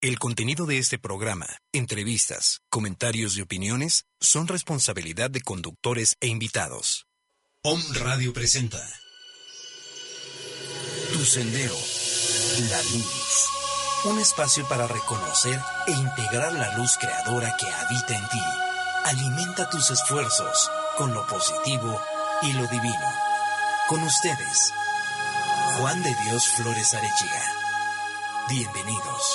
El contenido de este programa, entrevistas, comentarios y opiniones son responsabilidad de conductores e invitados. Om Radio presenta Tu Sendero, la luz. Un espacio para reconocer e integrar la luz creadora que habita en ti. Alimenta tus esfuerzos con lo positivo y lo divino. Con ustedes, Juan de Dios Flores Arechiga. Bienvenidos.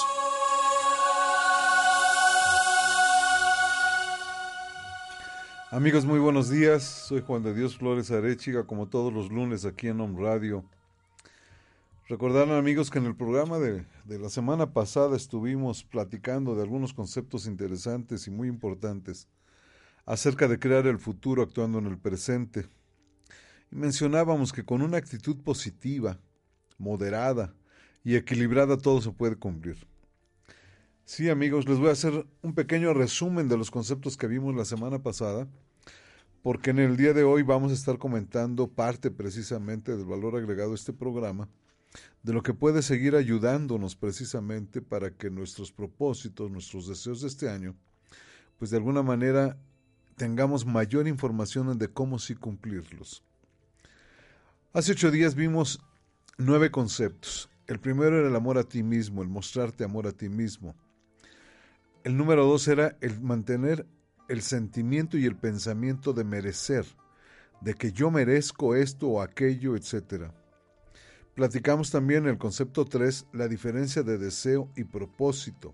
Amigos, muy buenos días. Soy Juan de Dios Flores Arechiga, como todos los lunes aquí en Om Radio. Recordarán, amigos, que en el programa de la semana pasada estuvimos platicando de algunos conceptos interesantes y muy importantes acerca de crear el futuro actuando en el presente. Y mencionábamos que con una actitud positiva, moderada y equilibrada todo se puede cumplir. Sí, amigos, les voy a hacer un pequeño resumen de los conceptos que vimos la semana pasada, porque en el día de hoy vamos a estar comentando parte precisamente del valor agregado a este programa, de lo que puede seguir ayudándonos precisamente para que nuestros propósitos, nuestros deseos de este año, pues de alguna manera tengamos mayor información de cómo sí cumplirlos. Hace 8 días vimos 9 conceptos. El primero era el amor a ti mismo, el mostrarte amor a ti mismo. El número 2 era el mantener el sentimiento y el pensamiento de merecer, de que yo merezco esto o aquello, etc. Platicamos también el concepto 3, la diferencia de deseo y propósito.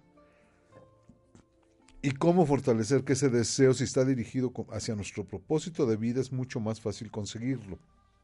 Y cómo fortalecer que ese deseo, si está dirigido hacia nuestro propósito de vida, es mucho más fácil conseguirlo.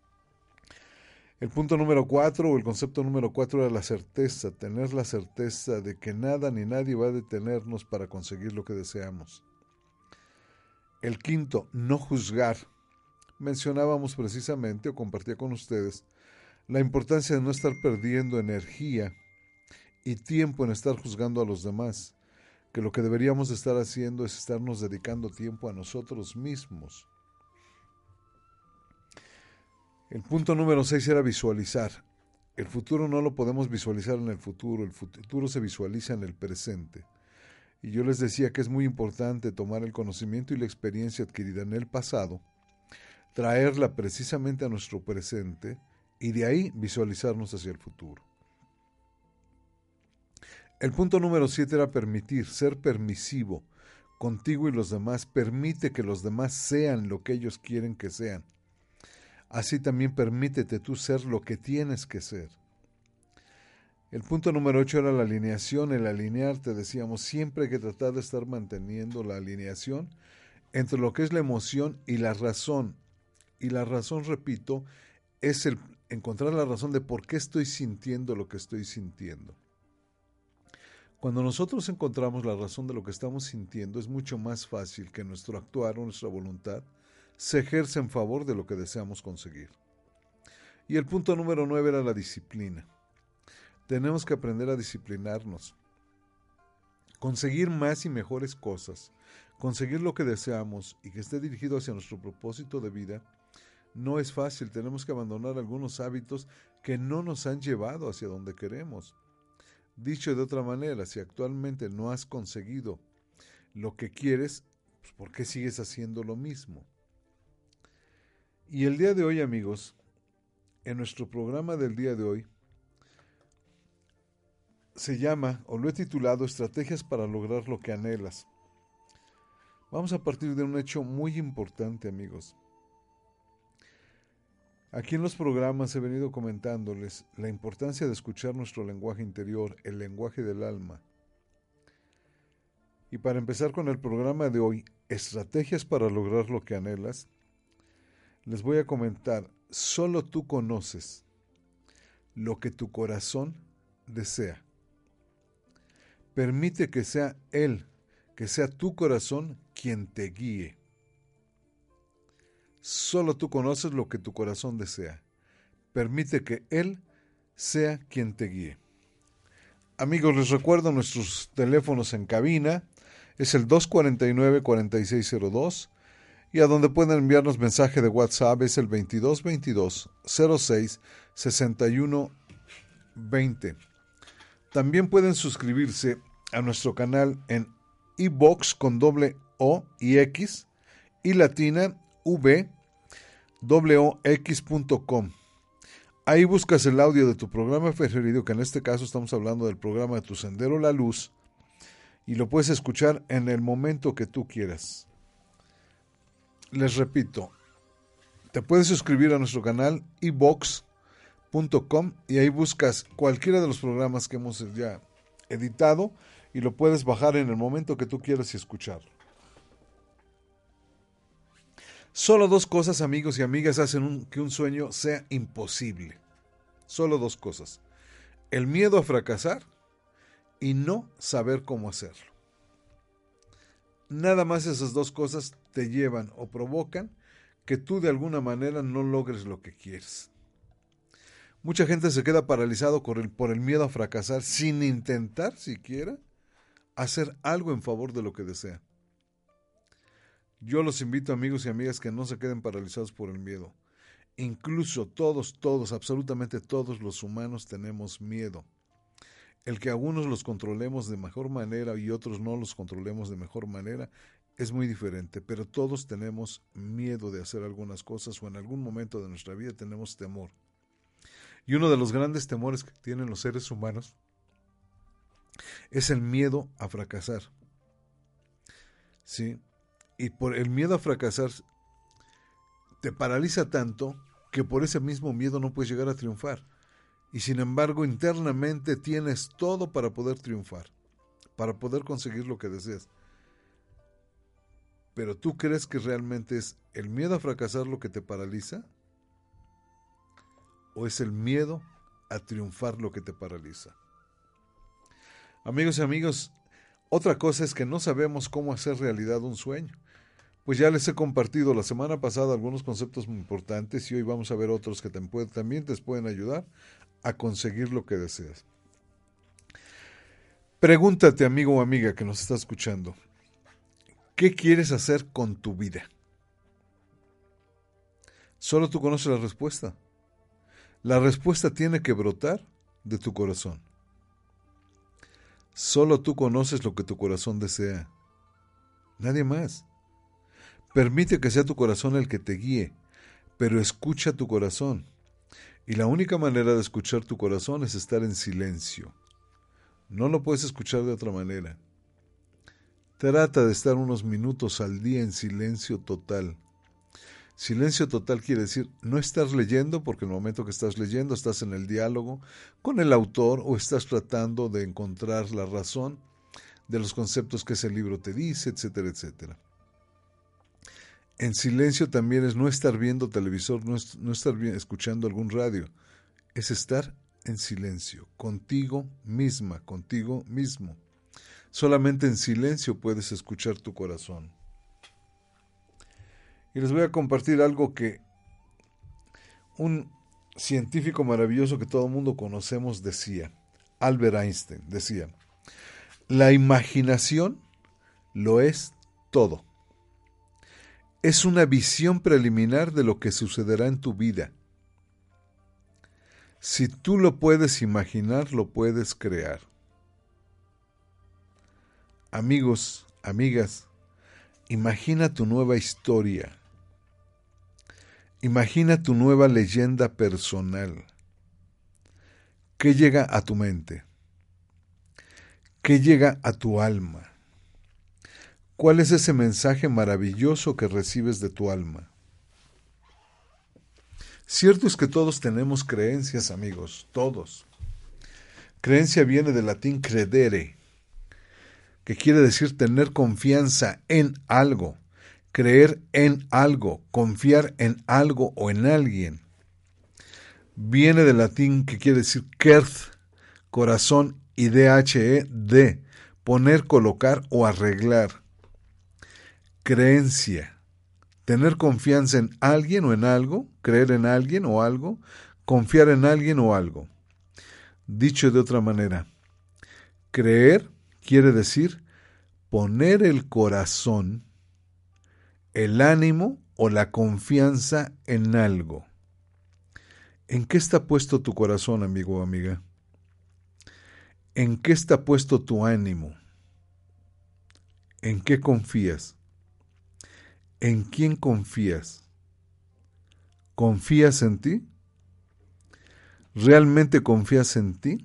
El punto número 4 o el concepto número 4 era la certeza, tener la certeza de que nada ni nadie va a detenernos para conseguir lo que deseamos. El quinto, no juzgar. Mencionábamos precisamente o compartía con ustedes la importancia de no estar perdiendo energía y tiempo en estar juzgando a los demás, que lo que deberíamos estar haciendo es estarnos dedicando tiempo a nosotros mismos. El punto número 6 era visualizar. El futuro no lo podemos visualizar en el futuro se visualiza en el presente. Y yo les decía que es muy importante tomar el conocimiento y la experiencia adquirida en el pasado, traerla precisamente a nuestro presente y de ahí visualizarnos hacia el futuro. El punto número 7 era permitir, ser permisivo contigo y los demás. Permite que los demás sean lo que ellos quieren que sean. Así también permítete tú ser lo que tienes que ser. El punto número 8 era la alineación, el alinearte. Decíamos, siempre hay que tratar de estar manteniendo la alineación entre lo que es la emoción y la razón. Y la razón, repito, es el encontrar la razón de por qué estoy sintiendo lo que estoy sintiendo. Cuando nosotros encontramos la razón de lo que estamos sintiendo, es mucho más fácil que nuestro actuar o nuestra voluntad se ejerce en favor de lo que deseamos conseguir. Y el punto número 9 era la disciplina. Tenemos que aprender a disciplinarnos, conseguir más y mejores cosas, conseguir lo que deseamos y que esté dirigido hacia nuestro propósito de vida. No es fácil, tenemos que abandonar algunos hábitos que no nos han llevado hacia donde queremos. Dicho de otra manera, si actualmente no has conseguido lo que quieres, pues ¿por qué sigues haciendo lo mismo? Y el día de hoy, amigos, en nuestro programa del día de hoy, se llama, o lo he titulado, Estrategias para lograr lo que anhelas. Vamos a partir de un hecho muy importante, amigos. Aquí en los programas he venido comentándoles la importancia de escuchar nuestro lenguaje interior, el lenguaje del alma. Y para empezar con el programa de hoy, Estrategias para lograr lo que anhelas, les voy a comentar, solo tú conoces lo que tu corazón desea. Permite que sea Él, que sea tu corazón quien te guíe. Solo tú conoces lo que tu corazón desea. Permite que Él sea quien te guíe. Amigos, les recuerdo nuestros teléfonos en cabina. Es el 249-4602 y a donde pueden enviarnos mensaje de WhatsApp es el 2222-06-6120. También pueden suscribirse a nuestro canal en iVoox con doble O y X y latina vox.com. Ahí buscas el audio de tu programa preferido, que en este caso estamos hablando del programa de Tu Sendero La Luz, y lo puedes escuchar en el momento que tú quieras. Les repito, te puedes suscribir a nuestro canal iVoox.com y ahí buscas cualquiera de los programas que hemos ya editado y lo puedes bajar en el momento que tú quieras y escucharlo. Solo dos cosas, amigos y amigas, hacen que un sueño sea imposible. Solo dos cosas: el miedo a fracasar y no saber cómo hacerlo. Nada más esas dos cosas te llevan o provocan que tú de alguna manera no logres lo que quieres. Mucha gente se queda paralizado por el miedo a fracasar sin intentar siquiera hacer algo en favor de lo que desea. Yo los invito, amigos y amigas, que no se queden paralizados por el miedo. Incluso todos, absolutamente todos los humanos tenemos miedo. El que algunos los controlemos de mejor manera y otros no los controlemos de mejor manera es muy diferente, pero todos tenemos miedo de hacer algunas cosas o en algún momento de nuestra vida tenemos temor. Y uno de los grandes temores que tienen los seres humanos es el miedo a fracasar. ¿Sí? Y por el miedo a fracasar te paraliza tanto que por ese mismo miedo no puedes llegar a triunfar. Y sin embargo, internamente tienes todo para poder triunfar, para poder conseguir lo que deseas. Pero ¿tú crees que realmente es el miedo a fracasar lo que te paraliza? ¿O es el miedo a triunfar lo que te paraliza? Amigos y amigos, otra cosa es que no sabemos cómo hacer realidad un sueño. Pues ya les he compartido la semana pasada algunos conceptos muy importantes y hoy vamos a ver otros que también te pueden ayudar a conseguir lo que deseas. Pregúntate, amigo o amiga que nos está escuchando, ¿qué quieres hacer con tu vida? Solo tú conoces la respuesta. La respuesta tiene que brotar de tu corazón. Solo tú conoces lo que tu corazón desea. Nadie más. Permite que sea tu corazón el que te guíe, pero escucha tu corazón. Y la única manera de escuchar tu corazón es estar en silencio. No lo puedes escuchar de otra manera. Trata de estar unos minutos al día en silencio total. Silencio total quiere decir no estás leyendo, porque en el momento que estás leyendo estás en el diálogo con el autor o estás tratando de encontrar la razón de los conceptos que ese libro te dice, etcétera, etcétera. En silencio también es no estar viendo televisor, no estar escuchando algún radio. Es estar en silencio, contigo misma, contigo mismo. Solamente en silencio puedes escuchar tu corazón. Y les voy a compartir algo que un científico maravilloso que todo el mundo conocemos decía. Albert Einstein decía: la imaginación lo es todo. Es una visión preliminar de lo que sucederá en tu vida. Si tú lo puedes imaginar, lo puedes crear. Amigos, amigas, imagina tu nueva historia. Imagina tu nueva leyenda personal. ¿Qué llega a tu mente? ¿Qué llega a tu alma? ¿Cuál es ese mensaje maravilloso que recibes de tu alma? Cierto es que todos tenemos creencias, amigos, todos. Creencia viene del latín credere, que quiere decir tener confianza en algo, creer en algo, confiar en algo o en alguien. Viene del latín que quiere decir kerth, corazón, y de, poner, colocar o arreglar. Creencia, tener confianza en alguien o en algo, creer en alguien o algo, confiar en alguien o algo. Dicho de otra manera, creer quiere decir poner el corazón, el ánimo o la confianza en algo. ¿En qué está puesto tu corazón, amigo o amiga? ¿En qué está puesto tu ánimo? ¿En qué confías? ¿En quién confías? ¿Confías en ti? ¿Realmente confías en ti?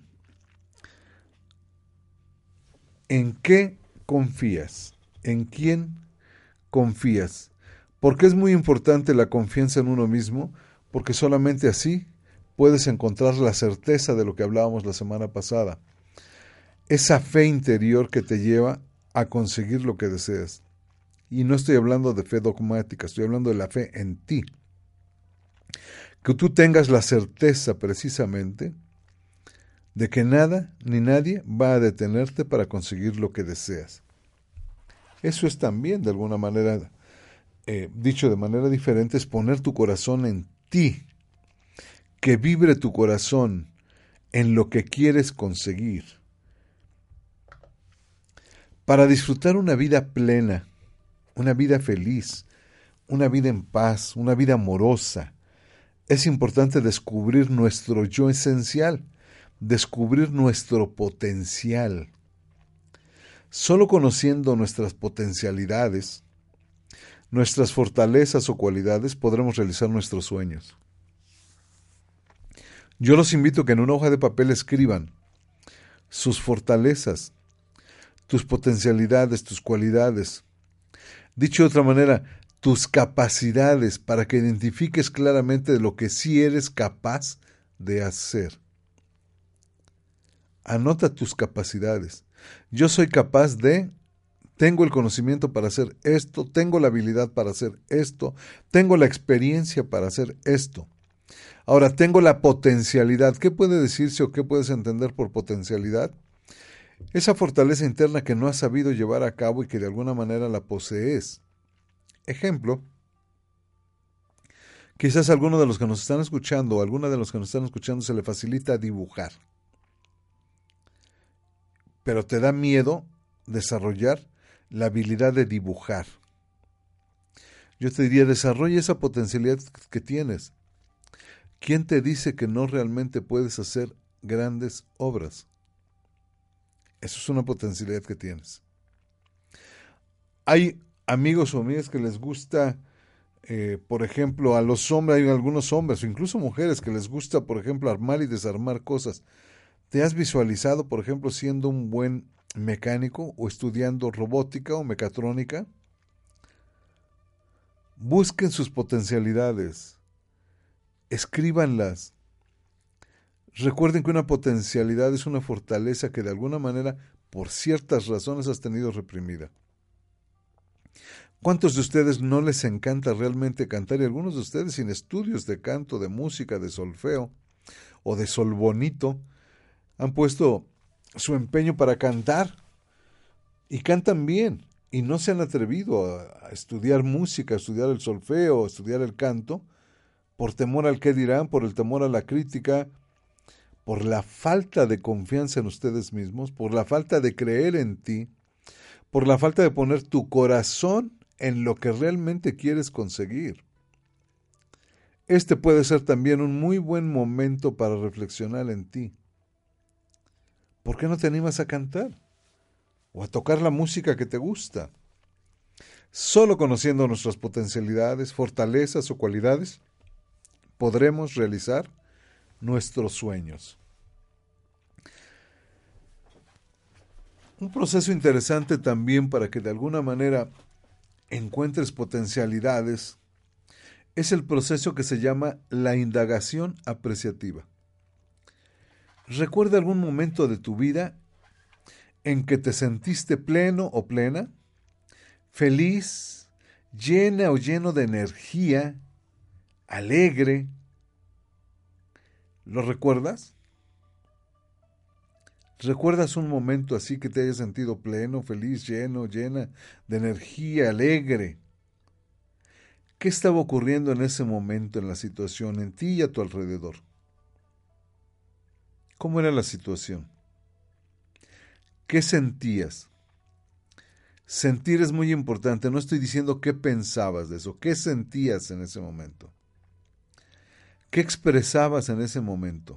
¿En qué confías? ¿En quién confías? Porque es muy importante la confianza en uno mismo, porque solamente así puedes encontrar la certeza de lo que hablábamos la semana pasada. Esa fe interior que te lleva a conseguir lo que deseas. Y no estoy hablando de fe dogmática, estoy hablando de la fe en ti. Que tú tengas la certeza precisamente de que nada ni nadie va a detenerte para conseguir lo que deseas. Eso es también, de alguna manera, dicho de manera diferente, es poner tu corazón en ti, que vibre tu corazón en lo que quieres conseguir. Para disfrutar una vida plena, una vida feliz, una vida en paz, una vida amorosa, es importante descubrir nuestro yo esencial, descubrir nuestro potencial. Solo conociendo nuestras potencialidades, nuestras fortalezas o cualidades, podremos realizar nuestros sueños. Yo los invito a que en una hoja de papel escriban sus fortalezas, tus potencialidades, tus cualidades. Dicho de otra manera, tus capacidades, para que identifiques claramente de lo que sí eres capaz de hacer. Anota tus capacidades. Yo soy capaz de, tengo el conocimiento para hacer esto, tengo la habilidad para hacer esto, tengo la experiencia para hacer esto. Ahora, tengo la potencialidad. ¿Qué puede decirse o qué puedes entender por potencialidad? Esa fortaleza interna que no has sabido llevar a cabo y que de alguna manera la posees. Ejemplo, quizás a alguno de los que nos están escuchando o a alguna de los que nos están escuchando se le facilita dibujar, pero te da miedo desarrollar la habilidad de dibujar. Yo te diría, desarrolla esa potencialidad que tienes. ¿Quién te dice que no realmente puedes hacer grandes obras? Eso es una potencialidad que tienes. Hay amigos o amigas que les gusta, por ejemplo, a los hombres, hay algunos hombres o incluso mujeres que les gusta, por ejemplo, armar y desarmar cosas. ¿Te has visualizado, por ejemplo, siendo un buen mecánico o estudiando robótica o mecatrónica? Busquen sus potencialidades, escríbanlas. Recuerden que una potencialidad es una fortaleza que de alguna manera, por ciertas razones, has tenido reprimida. ¿Cuántos de ustedes no les encanta realmente cantar? Y algunos de ustedes sin estudios de canto, de música, de solfeo o de sol bonito, han puesto su empeño para cantar y cantan bien y no se han atrevido a estudiar música, a estudiar el solfeo, a estudiar el canto, por temor al qué dirán, por el temor a la crítica, por la falta de confianza en ustedes mismos, por la falta de creer en ti, por la falta de poner tu corazón en lo que realmente quieres conseguir. Este puede ser también un muy buen momento para reflexionar en ti. ¿Por qué no te animas a cantar? O a tocar la música que te gusta. Solo conociendo nuestras potencialidades, fortalezas o cualidades, podremos realizar nuestros sueños. Un proceso interesante también para que de alguna manera encuentres potencialidades es el proceso que se llama la indagación apreciativa. ¿Recuerda algún momento de tu vida en que te sentiste pleno o plena, feliz, llena o lleno de energía, alegre? ¿Lo recuerdas? ¿Recuerdas un momento así que te hayas sentido pleno, feliz, lleno, llena de energía, alegre? ¿Qué estaba ocurriendo en ese momento en la situación, en ti y a tu alrededor? ¿Cómo era la situación? ¿Qué sentías? Sentir es muy importante. No estoy diciendo qué pensabas de eso. ¿Qué sentías en ese momento? ¿Qué expresabas en ese momento?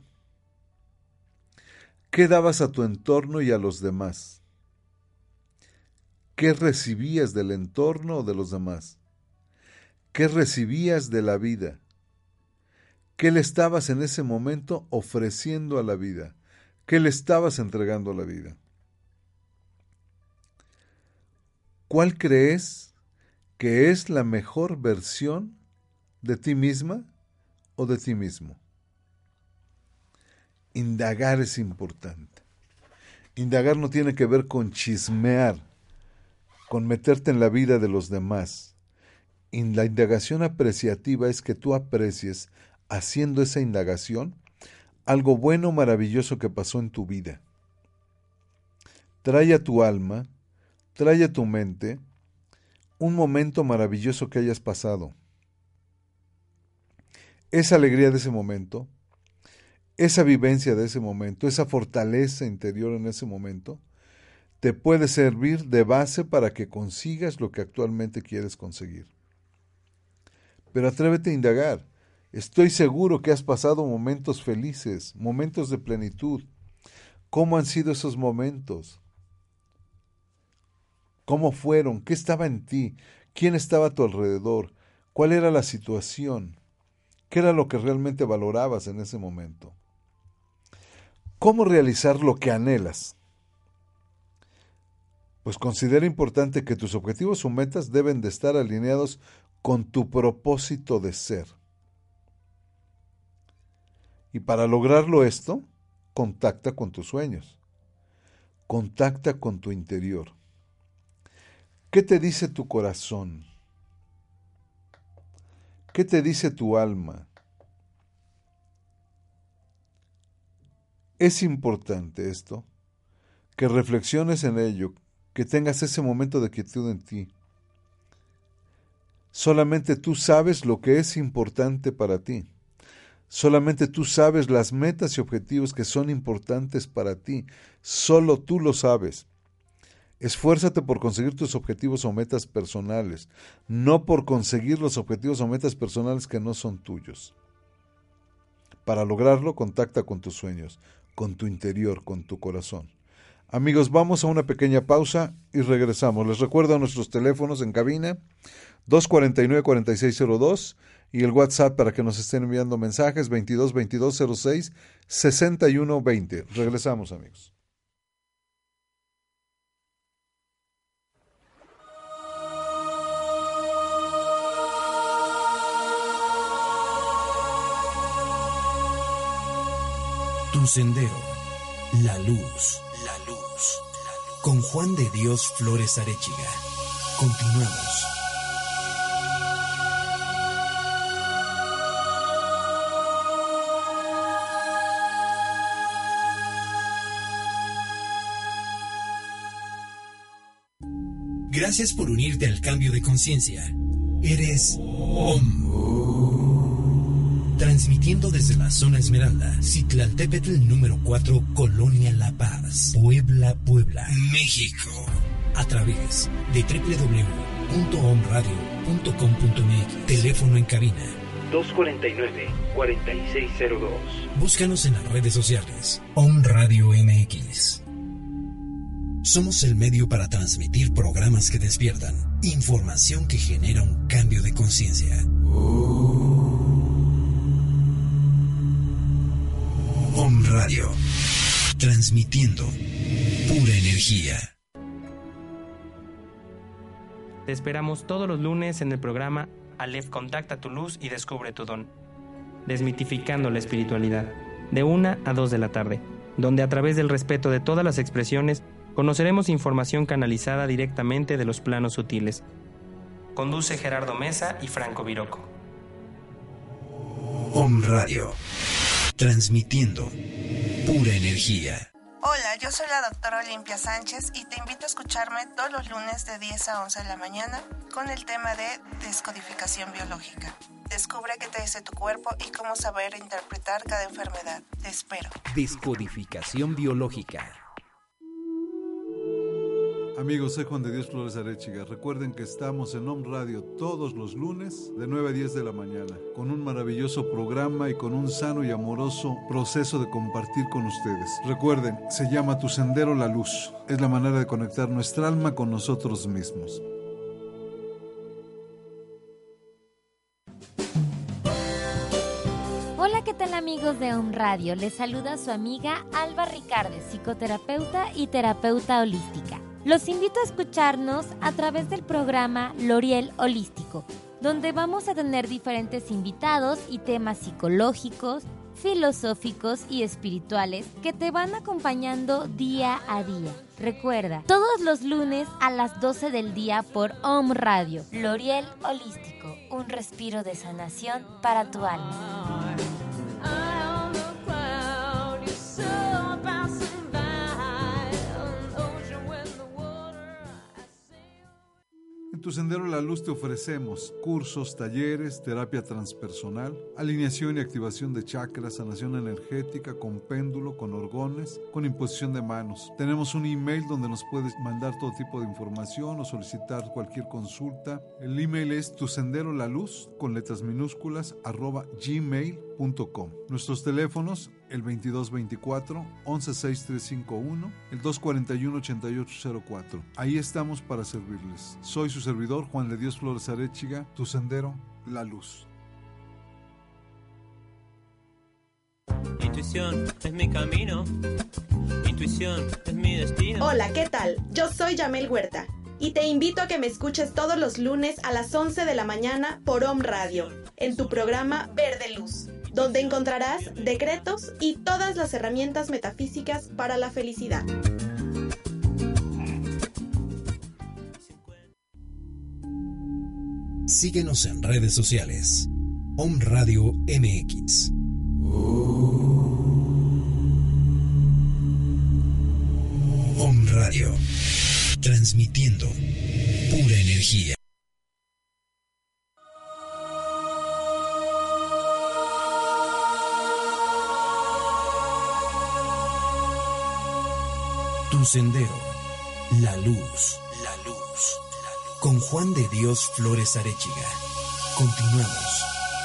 ¿Qué dabas a tu entorno y a los demás? ¿Qué recibías del entorno o de los demás? ¿Qué recibías de la vida? ¿Qué le estabas en ese momento ofreciendo a la vida? ¿Qué le estabas entregando a la vida? ¿Cuál crees que es la mejor versión de ti misma o de ti mismo? Indagar es importante. Indagar no tiene que ver con chismear, con meterte en la vida de los demás. La indagación apreciativa es que tú aprecies, haciendo esa indagación, algo bueno, maravilloso que pasó en tu vida. Trae a tu alma, trae a tu mente un momento maravilloso que hayas pasado. Esa alegría de ese momento, esa vivencia de ese momento, esa fortaleza interior en ese momento, te puede servir de base para que consigas lo que actualmente quieres conseguir. Pero atrévete a indagar. Estoy seguro que has pasado momentos felices, momentos de plenitud. ¿Cómo han sido esos momentos? ¿Cómo fueron? ¿Qué estaba en ti? ¿Quién estaba a tu alrededor? ¿Cuál era la situación? ¿Qué era lo que realmente valorabas en ese momento? ¿Cómo realizar lo que anhelas? Pues considera importante que tus objetivos o metas deben de estar alineados con tu propósito de ser. Y para lograrlo esto, contacta con tus sueños. Contacta con tu interior. ¿Qué te dice tu corazón? ¿Qué te dice tu alma? Es importante esto, que reflexiones en ello, que tengas ese momento de quietud en ti. Solamente tú sabes lo que es importante para ti. Solamente tú sabes las metas y objetivos que son importantes para ti. Solo tú lo sabes. Esfuérzate por conseguir tus objetivos o metas personales, no por conseguir los objetivos o metas personales que no son tuyos. Para lograrlo, contacta con tus sueños, con tu interior, con tu corazón. Amigos, vamos a una pequeña pausa y regresamos. Les recuerdo nuestros teléfonos en cabina, 249-4602 y el WhatsApp para que nos estén enviando mensajes, 22-2206-6120. Regresamos, amigos. Tu sendero, la luz, la luz. Con Juan de Dios Flores Arechiga. Continuamos. Gracias por unirte al cambio de conciencia. Eres OM. Transmitiendo desde la zona Esmeralda, Citlaltépetl número 4, Colonia La Paz, Puebla, México. A través de www.omradio.com.mx. Teléfono en cabina 249-4602. Búscanos en las redes sociales. OM Radio MX. Somos el medio para transmitir programas que despiertan, información que genera un cambio de conciencia. OM Radio, transmitiendo pura energía. Te esperamos todos los lunes en el programa Aleph Contacta tu Luz y Descubre tu Don, desmitificando la espiritualidad, de 1 a 2 de la tarde, donde a través del respeto de todas las expresiones conoceremos información canalizada directamente de los planos sutiles. Conduce Gerardo Mesa y Franco Viroco. OM Radio, transmitiendo pura energía. Hola, yo soy la doctora Olimpia Sánchez y te invito a escucharme todos los lunes de 10 a 11 de la mañana con el tema de descodificación biológica. Descubre qué te dice tu cuerpo y cómo saber interpretar cada enfermedad. Te espero. Descodificación biológica. Amigos, soy Juan de Dios Flores Arechiga. Recuerden que estamos en Om Radio todos los lunes de 9 a 10 de la mañana, con un maravilloso programa y con un sano y amoroso proceso de compartir con ustedes. Recuerden, se llama Tu Sendero la Luz. Es la manera de conectar nuestra alma con nosotros mismos. Hola, ¿qué tal amigos de Om Radio? Les saluda su amiga Alba Ricardes, psicoterapeuta y terapeuta holística. Los invito a escucharnos a través del programa L'Oriel Holístico, donde vamos a tener diferentes invitados y temas psicológicos, filosóficos y espirituales que te van acompañando día a día. Recuerda, todos los lunes a las 12 del día por Om Radio. L'Oriel Holístico, un respiro de sanación para tu alma. En Tu Sendero la Luz te ofrecemos cursos, talleres, terapia transpersonal, alineación y activación de chakras, sanación energética, con péndulo, con orgones, con imposición de manos. Tenemos un email donde nos puedes mandar todo tipo de información o solicitar cualquier consulta. El email es tusenderolaluz, con letras minúsculas, @gmail.com. Nuestros teléfonos, el 2224-116351, el 241-8804. Ahí estamos para servirles. Soy su servidor, Juan de Dios Flores Arechiga, Tu Sendero, la Luz. Intuición es mi camino, intuición es mi destino. Hola, ¿qué tal? Yo soy Yamel Huerta y te invito a que me escuches todos los lunes a las 11 de la mañana por Om Radio, en tu programa Verde Luz, donde encontrarás decretos y todas las herramientas metafísicas para la felicidad. Síguenos en redes sociales. Om Radio MX. Om Radio. Transmitiendo pura energía. Tu sendero, la luz, la luz, con Juan de Dios Flores Arechiga. Continuamos.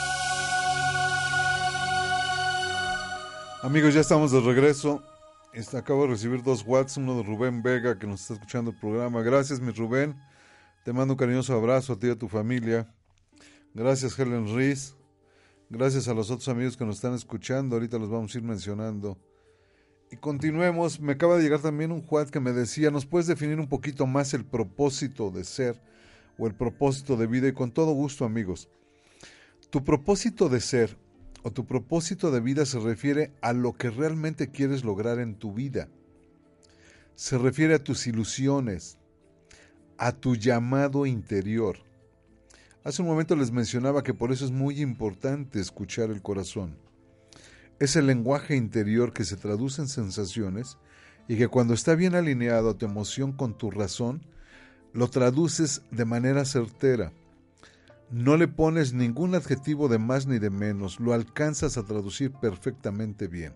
Amigos, ya estamos de regreso. Acabo de recibir 2 WhatsApp, uno de Rubén Vega, que nos está escuchando el programa. Gracias, mi Rubén. Te mando un cariñoso abrazo a ti y a tu familia. Gracias, Helen Riz. Gracias a los otros amigos que nos están escuchando. Ahorita los vamos a ir mencionando. Y continuemos. Me acaba de llegar también un WhatsApp que me decía, ¿nos puedes definir un poquito más el propósito de ser o el propósito de vida? Y con todo gusto, amigos. Tu propósito de ser o tu propósito de vida se refiere a lo que realmente quieres lograr en tu vida. Se refiere a tus ilusiones, a tu llamado interior. Hace un momento les mencionaba que por eso es muy importante escuchar el corazón. Es el lenguaje interior que se traduce en sensaciones y que cuando está bien alineado a tu emoción con tu razón, lo traduces de manera certera. No le pones ningún adjetivo de más ni de menos, lo alcanzas a traducir perfectamente bien.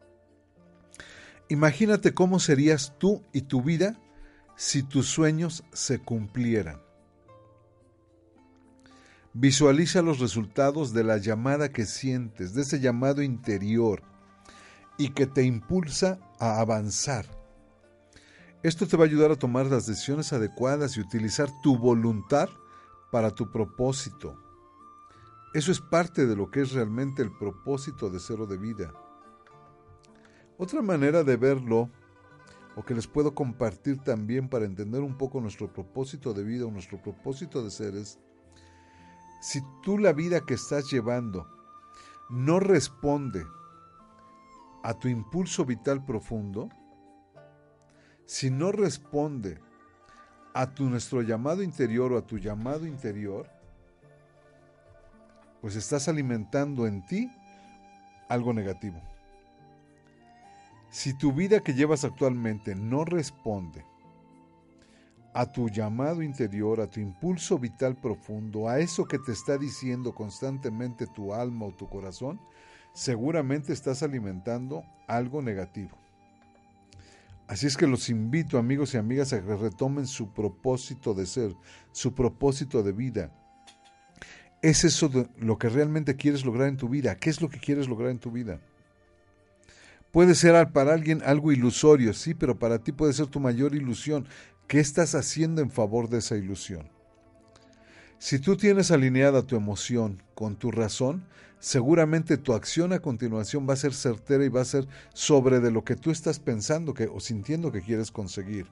Imagínate cómo serías tú y tu vida si tus sueños se cumplieran. Visualiza los resultados de la llamada que sientes, de ese llamado interior y que te impulsa a avanzar. Esto te va a ayudar a tomar las decisiones adecuadas y utilizar tu voluntad para tu propósito. Eso es parte de lo que es realmente el propósito de ser o de vida. Otra manera de verlo, o que les puedo compartir también para entender un poco nuestro propósito de vida o nuestro propósito de ser, es: si tú la vida que estás llevando no responde a tu impulso vital profundo, si no responde a nuestro llamado interior o a tu llamado interior, pues estás alimentando en ti algo negativo. Si tu vida que llevas actualmente no responde a tu llamado interior, a tu impulso vital profundo, a eso que te está diciendo constantemente tu alma o tu corazón, seguramente estás alimentando algo negativo. Así es que los invito, amigos y amigas, a que retomen su propósito de ser, su propósito de vida. ¿Es eso lo que realmente quieres lograr en tu vida? ¿Qué es lo que quieres lograr en tu vida? Puede ser para alguien algo ilusorio, sí, pero para ti puede ser tu mayor ilusión. ¿Qué estás haciendo en favor de esa ilusión? Si tú tienes alineada tu emoción con tu razón, seguramente tu acción a continuación va a ser certera y va a ser sobre de lo que tú estás pensando o sintiendo que quieres conseguir.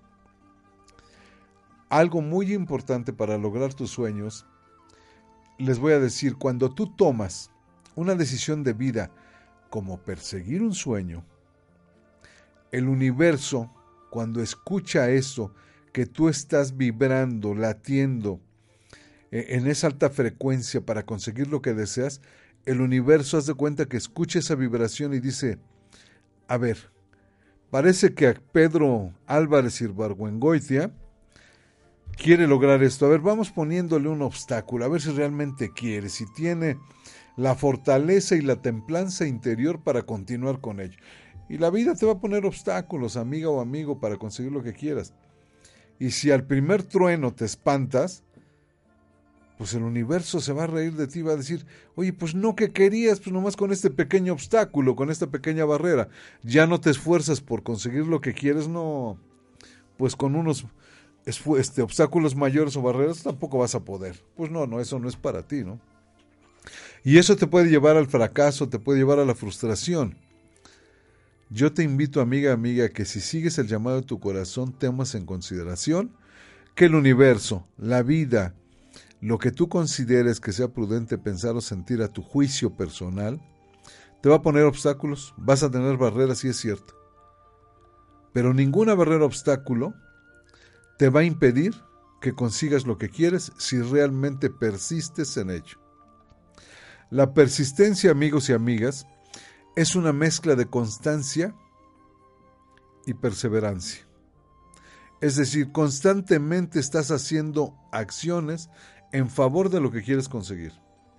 Algo muy importante para lograr tus sueños, les voy a decir, cuando tú tomas una decisión de vida como perseguir un sueño, el universo, cuando escucha eso, que tú estás vibrando, latiendo en esa alta frecuencia para conseguir lo que deseas, el universo haz de cuenta que escucha esa vibración y dice, a ver, parece que a Pedro Álvarez Ibargüengoitia quiere lograr esto, a ver, vamos poniéndole un obstáculo, a ver si realmente quiere, si tiene la fortaleza y la templanza interior para continuar con ello. Y la vida te va a poner obstáculos, amiga o amigo, para conseguir lo que quieras. Y si al primer trueno te espantas, pues el universo se va a reír de ti, va a decir, oye, pues no que querías, pues nomás con este pequeño obstáculo, con esta pequeña barrera, ya no te esfuerzas por conseguir lo que quieres, no, pues con unos obstáculos mayores o barreras tampoco vas a poder. Pues no, eso no es para ti, ¿no? Y eso te puede llevar al fracaso, te puede llevar a la frustración. Yo te invito, amiga, que si sigues el llamado de tu corazón, tomes en consideración que el universo, la vida, lo que tú consideres que sea prudente pensar o sentir a tu juicio personal, te va a poner obstáculos, vas a tener barreras, sí es cierto. Pero ninguna barrera o obstáculo te va a impedir que consigas lo que quieres si realmente persistes en ello. La persistencia, amigos y amigas, es una mezcla de constancia y perseverancia. Es decir, constantemente estás haciendo acciones en favor de lo que quieres conseguir.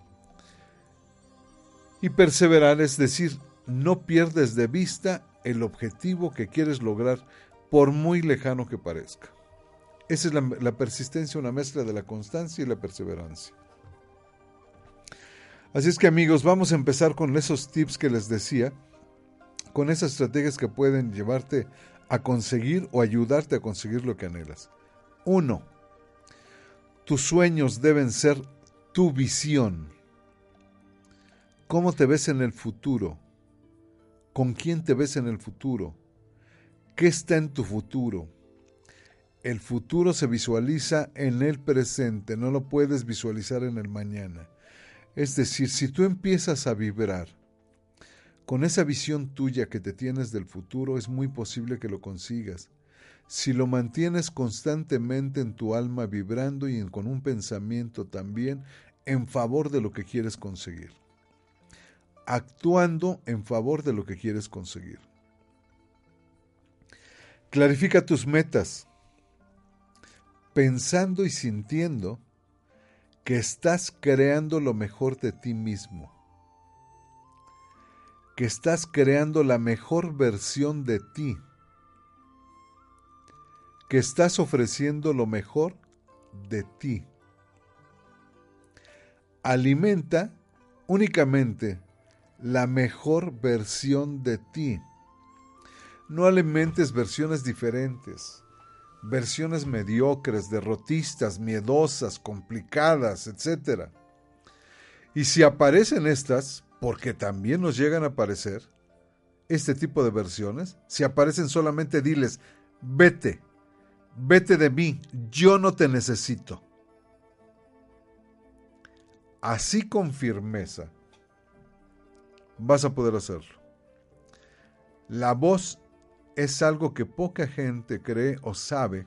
Y perseverar es decir, no pierdes de vista el objetivo que quieres lograr, por muy lejano que parezca. Esa es la persistencia, una mezcla de la constancia y la perseverancia. Así es que, amigos, vamos a empezar con esos tips que les decía, con esas estrategias que pueden llevarte a conseguir o ayudarte a conseguir lo que anhelas. 1. Tus sueños deben ser tu visión. ¿Cómo te ves en el futuro? ¿Con quién te ves en el futuro? ¿Qué está en tu futuro? El futuro se visualiza en el presente, no lo puedes visualizar en el mañana. Es decir, si tú empiezas a vibrar con esa visión tuya que te tienes del futuro, es muy posible que lo consigas. Si lo mantienes constantemente en tu alma vibrando y con un pensamiento también en favor de lo que quieres conseguir. Actuando en favor de lo que quieres conseguir. Clarifica tus metas, pensando y sintiendo que estás creando lo mejor de ti mismo, que estás creando la mejor versión de ti, que estás ofreciendo lo mejor de ti. Alimenta únicamente la mejor versión de ti. No alimentes versiones diferentes, versiones mediocres, derrotistas, miedosas, complicadas, etc. Y si aparecen estas, porque también nos llegan a aparecer este tipo de versiones, si aparecen solamente diles, vete de mí, yo no te necesito. Así con firmeza vas a poder hacerlo. La voz es algo que poca gente cree o sabe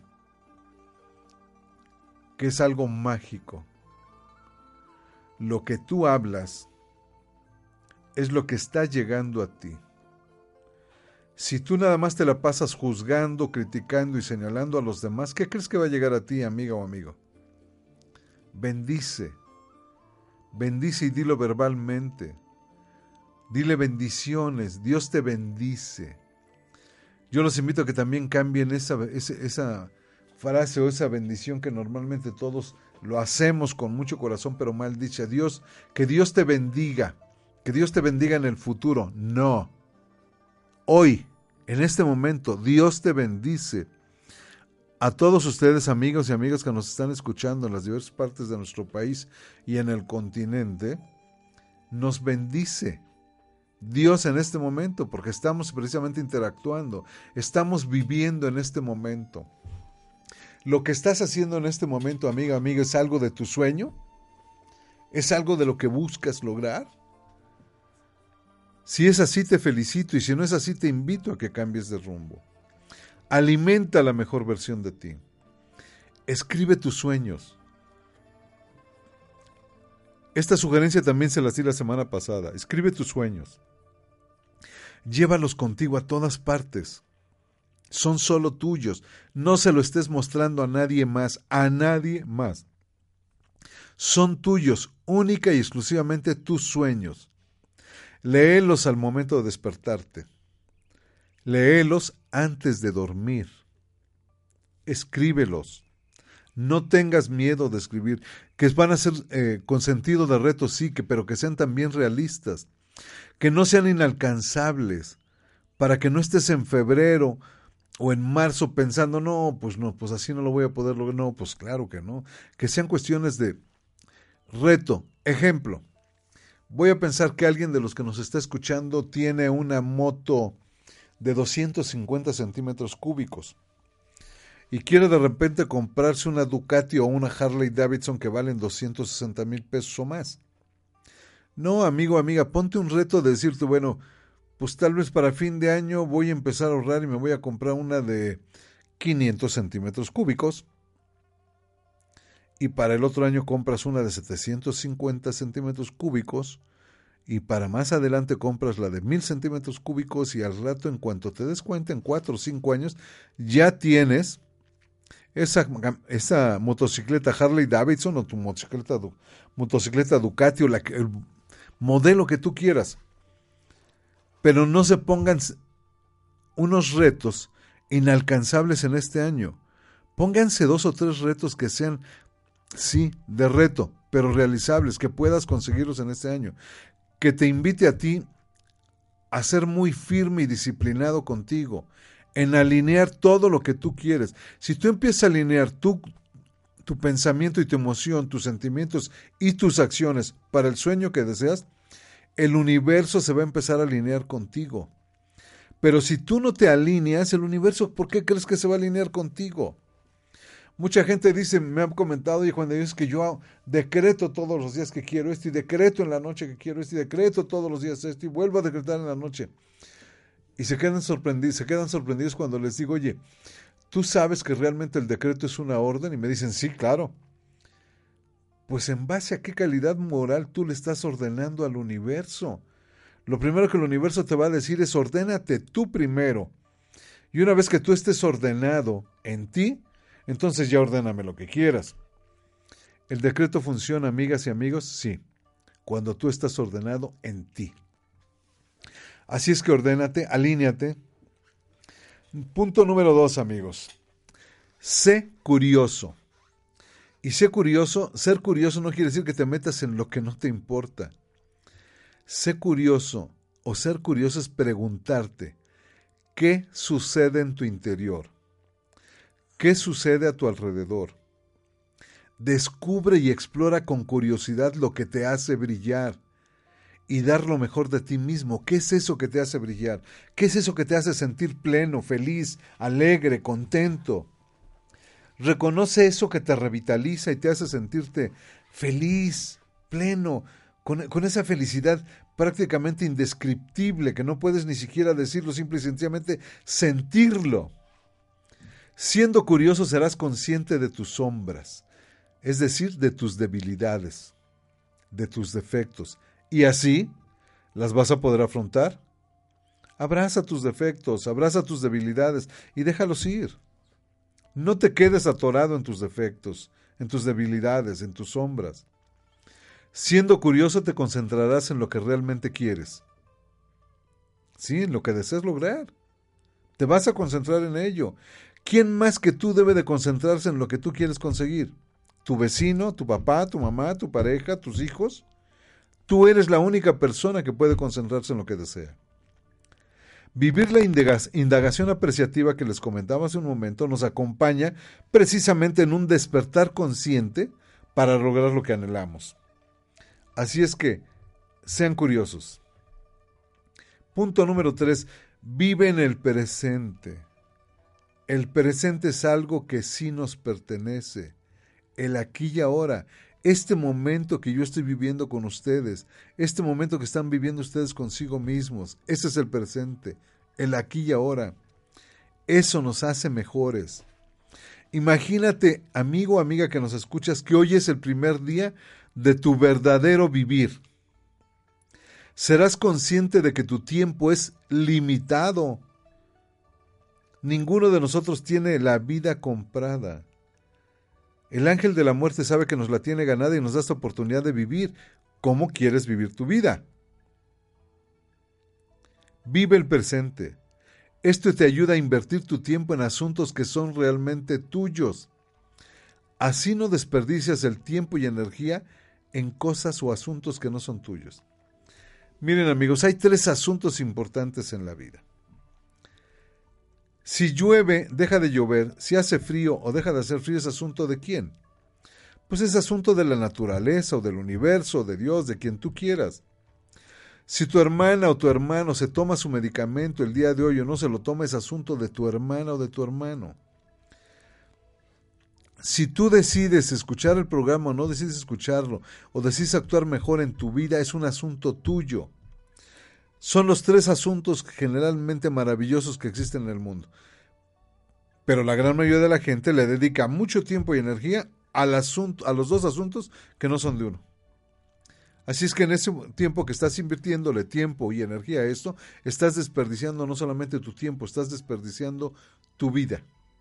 que es algo mágico. Lo que tú hablas es lo que está llegando a ti. Si tú nada más te la pasas juzgando, criticando y señalando a los demás, ¿qué crees que va a llegar a ti, amiga o amigo? Bendice y dilo verbalmente. Dile bendiciones, Dios te bendice. Yo los invito a que también cambien esa frase o esa bendición que normalmente todos lo hacemos con mucho corazón, pero mal dicha. Dios, que Dios te bendiga, que Dios te bendiga en el futuro. No. Hoy, en este momento, Dios te bendice. A todos ustedes, amigos y amigas que nos están escuchando en las diversas partes de nuestro país y en el continente, nos bendice Dios en este momento, porque estamos precisamente interactuando, estamos viviendo en este momento. Lo que estás haciendo en este momento, amiga, amiga, ¿es algo de tu sueño? ¿Es algo de lo que buscas lograr? Si es así, te felicito, y si no es así, te invito a que cambies de rumbo. Alimenta la mejor versión de ti. Escribe tus sueños. Esta sugerencia también se las di la semana pasada. Escribe tus sueños. Llévalos contigo a todas partes. Son solo tuyos. No se lo estés mostrando a nadie más. A nadie más. Son tuyos, única y exclusivamente tus sueños. Léelos al momento de despertarte. Léelos antes de dormir. Escríbelos. No tengas miedo de escribir, que van a ser con sentido de reto, sí, pero que sean también realistas, que no sean inalcanzables, para que no estés en febrero o en marzo pensando, no, pues así no lo voy a poder lograr. No, pues claro que no, que sean cuestiones de reto. Ejemplo, voy a pensar que alguien de los que nos está escuchando tiene una moto de 250 centímetros cúbicos y quiere de repente comprarse una Ducati o una Harley Davidson que valen 260,000 pesos o más. No, amigo, amiga, ponte un reto de decirte, bueno, pues tal vez para fin de año voy a empezar a ahorrar y me voy a comprar una de 500 centímetros cúbicos, y para el otro año compras una de 750 centímetros cúbicos, y para más adelante compras la de 1000 centímetros cúbicos, y al rato, en cuanto te des cuenta, en 4 o 5 años, ya tienes esa motocicleta Harley Davidson o tu motocicleta Ducati o el modelo que tú quieras. Pero no se pongan unos retos inalcanzables en este año. Pónganse 2 o 3 retos que sean, sí, de reto, pero realizables, que puedas conseguirlos en este año. Que te invite a ti a ser muy firme y disciplinado contigo, en alinear todo lo que tú quieres. Si tú empiezas a alinear tu pensamiento y tu emoción, tus sentimientos y tus acciones para el sueño que deseas, el universo se va a empezar a alinear contigo. Pero si tú no te alineas, el universo, ¿por qué crees que se va a alinear contigo? Mucha gente dice, me han comentado, y Juan de Dios, que yo decreto todos los días que quiero esto, y decreto en la noche que quiero esto, y decreto todos los días esto, y vuelvo a decretar en la noche. Y se quedan sorprendidos cuando les digo, oye, ¿tú sabes que realmente el decreto es una orden? Y me dicen, sí, claro. Pues ¿en base a qué calidad moral tú le estás ordenando al universo? Lo primero que el universo te va a decir es, ordénate tú primero. Y una vez que tú estés ordenado en ti, entonces ya ordéname lo que quieras. ¿El decreto funciona, amigas y amigos? Sí, cuando tú estás ordenado en ti. Así es que ordénate, alíñate. Punto número 2, amigos. Sé curioso. Y ser curioso no quiere decir que te metas en lo que no te importa. Sé curioso o ser curioso es preguntarte, ¿qué sucede en tu interior? ¿Qué sucede a tu alrededor? Descubre y explora con curiosidad lo que te hace brillar y dar lo mejor de ti mismo. ¿Qué es eso que te hace brillar? ¿Qué es eso que te hace sentir pleno, feliz, alegre, contento? Reconoce eso que te revitaliza y te hace sentirte feliz, pleno, con esa felicidad prácticamente indescriptible que no puedes ni siquiera decirlo, simple y sencillamente sentirlo. Siendo curioso serás consciente de tus sombras, es decir, de tus debilidades, de tus defectos, y así las vas a poder afrontar. Abraza tus defectos, abraza tus debilidades y déjalos ir. No te quedes atorado en tus defectos, en tus debilidades, en tus sombras. Siendo curioso te concentrarás en lo que realmente quieres. Sí, en lo que deseas lograr. Te vas a concentrar en ello. ¿Quién más que tú debe de concentrarse en lo que tú quieres conseguir? ¿Tu vecino, tu papá, tu mamá, tu pareja, tus hijos? Tú eres la única persona que puede concentrarse en lo que desea. Vivir la indagación apreciativa que les comentaba hace un momento nos acompaña precisamente en un despertar consciente para lograr lo que anhelamos. Así es que, sean curiosos. Punto número 3. Vive en el presente. El presente es algo que sí nos pertenece. El aquí y ahora. Este momento que yo estoy viviendo con ustedes, este momento que están viviendo ustedes consigo mismos, ese es el presente, el aquí y ahora. Eso nos hace mejores. Imagínate, amigo o amiga que nos escuchas, que hoy es el primer día de tu verdadero vivir. Serás consciente de que tu tiempo es limitado. Ninguno de nosotros tiene la vida comprada. El ángel de la muerte sabe que nos la tiene ganada y nos da esta oportunidad de vivir. ¿Cómo quieres vivir tu vida? Vive el presente. Esto te ayuda a invertir tu tiempo en asuntos que son realmente tuyos. Así no desperdicias el tiempo y energía en cosas o asuntos que no son tuyos. Miren, amigos, hay 3 asuntos importantes en la vida. Si llueve, deja de llover. Si hace frío o deja de hacer frío, ¿es asunto de quién? Pues es asunto de la naturaleza o del universo, de Dios, de quien tú quieras. Si tu hermana o tu hermano se toma su medicamento el día de hoy o no se lo toma, es asunto de tu hermana o de tu hermano. Si tú decides escuchar el programa o no decides escucharlo, o decides actuar mejor en tu vida, es un asunto tuyo. Son los 3 asuntos generalmente maravillosos que existen en el mundo. Pero la gran mayoría de la gente le dedica mucho tiempo y energía a los 2 asuntos que no son de uno. Así es que en ese tiempo que estás invirtiéndole tiempo y energía a esto, estás desperdiciando no solamente tu tiempo, estás desperdiciando tu vida.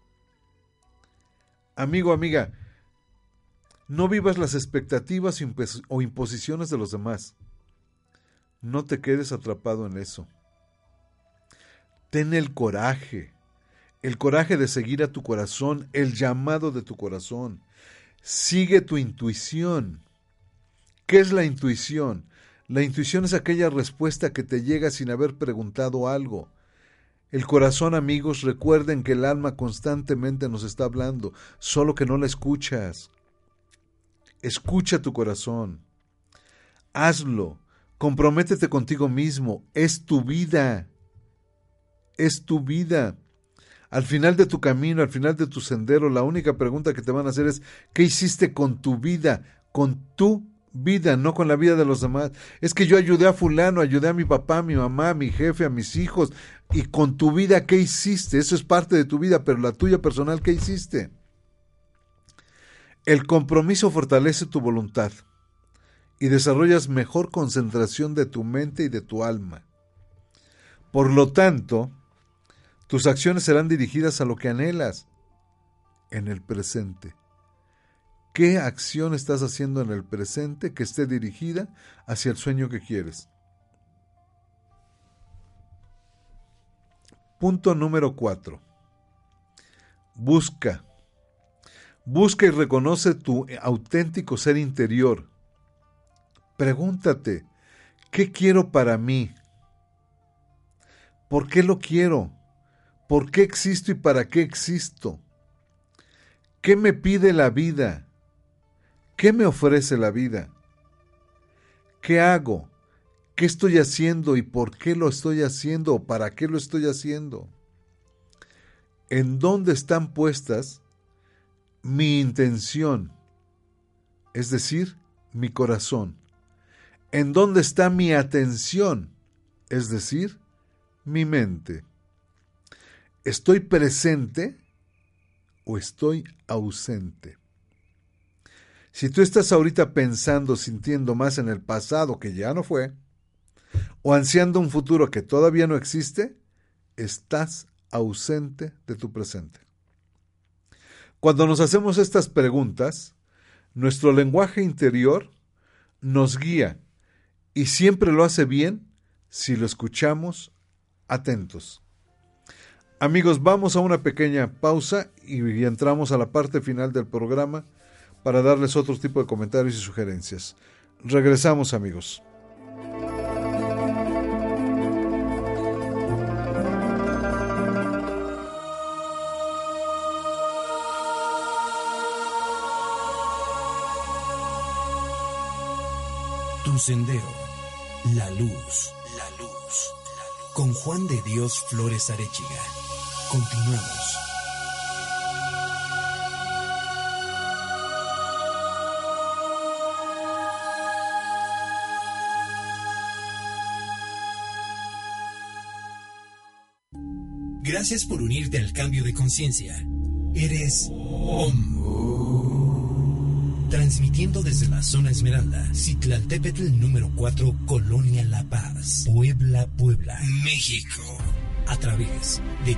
Amigo, amiga, no vivas las expectativas o imposiciones de los demás. No te quedes atrapado en eso. Ten el coraje de seguir a tu corazón, el llamado de tu corazón. Sigue tu intuición. ¿Qué es la intuición? La intuición es aquella respuesta que te llega sin haber preguntado algo. El corazón, amigos, recuerden que el alma constantemente nos está hablando, solo que no la escuchas. Escucha tu corazón. Hazlo. Comprométete contigo mismo. Es tu vida. Es tu vida. Al final de tu camino, al final de tu sendero, la única pregunta que te van a hacer es, ¿qué hiciste con tu vida? Con tu vida, no con la vida de los demás. Es que yo ayudé a fulano, ayudé a mi papá, a mi mamá, a mi jefe, a mis hijos. Y con tu vida, ¿qué hiciste? Eso es parte de tu vida, pero la tuya personal, ¿qué hiciste? El compromiso fortalece tu voluntad y desarrollas mejor concentración de tu mente y de tu alma. Por lo tanto, tus acciones serán dirigidas a lo que anhelas en el presente. ¿Qué acción estás haciendo en el presente que esté dirigida hacia el sueño que quieres? Punto número 4. Busca y reconoce tu auténtico ser interior. Pregúntate, ¿qué quiero para mí? ¿Por qué lo quiero? ¿Por qué existo y para qué existo? ¿Qué me pide la vida? ¿Qué me ofrece la vida? ¿Qué hago? ¿Qué estoy haciendo y por qué lo estoy haciendo o para qué lo estoy haciendo? ¿En dónde están puestas mi intención? Es decir, mi corazón. ¿En dónde está mi atención? Es decir, mi mente. ¿Estoy presente o estoy ausente? Si tú estás ahorita pensando, sintiendo más en el pasado que ya no fue, o ansiando un futuro que todavía no existe, estás ausente de tu presente. Cuando nos hacemos estas preguntas, nuestro lenguaje interior nos guía y siempre lo hace bien si lo escuchamos atentos. Amigos, vamos a una pequeña pausa y entramos a la parte final del programa para darles otro tipo de comentarios y sugerencias. Regresamos, amigos. Tu sendero, la luz, con Juan de Dios Flores Arechiga. Continuamos. Gracias por unirte al cambio de conciencia. Eres OM. Transmitiendo desde la zona Esmeralda, Citlaltépetl número 4, Colonia La Paz, Puebla, México. A través de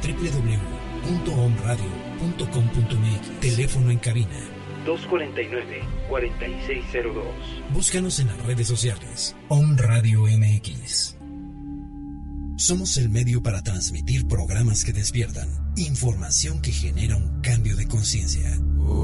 www.omradio.com.mx. Teléfono en cabina 249-4602. Búscanos en las redes sociales. OM Radio MX. Somos el medio para transmitir programas que despiertan, información que genera un cambio de conciencia.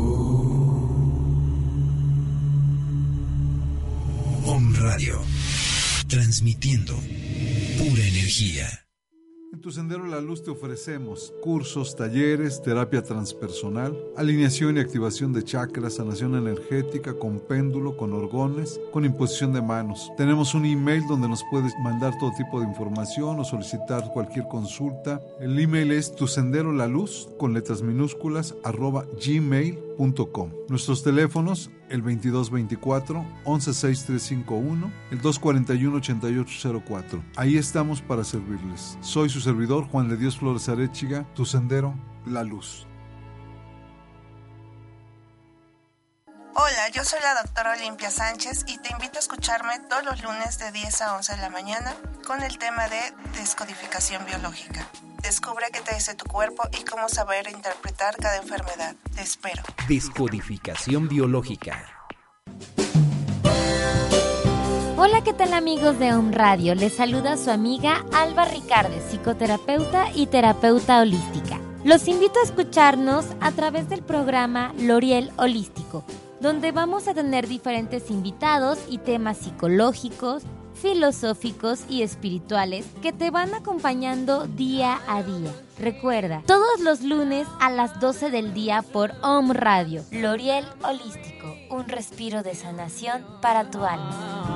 OM Radio, transmitiendo pura energía. En Tu Sendero la Luz te ofrecemos cursos, talleres, terapia transpersonal, alineación y activación de chakras, sanación energética, con péndulo, con orgones, con imposición de manos. Tenemos un email donde nos puedes mandar todo tipo de información o solicitar cualquier consulta. El email es tusenderolaluz, con letras minúsculas, @gmail.com. Nuestros teléfonos, el 2224-116351, el 241-8804. Ahí estamos para servirles. Soy su servidor, Juan de Dios Flores Arechiga, Tu Sendero, la Luz. Hola, yo soy la doctora Olimpia Sánchez y te invito a escucharme todos los lunes de 10 a 11 de la mañana con el tema de descodificación biológica. Descubre qué te dice tu cuerpo y cómo saber interpretar cada enfermedad. Te espero. Descodificación biológica. Hola, ¿qué tal, amigos de OM Radio? Les saluda su amiga Alba Ricardes, psicoterapeuta y terapeuta holística. Los invito a escucharnos a través del programa L'Oriel Holístico, donde vamos a tener diferentes invitados y temas psicológicos, filosóficos y espirituales que te van acompañando día a día. Recuerda, todos los lunes a las 12 del día por OM Radio. L'Oriel Holístico, un respiro de sanación para tu alma.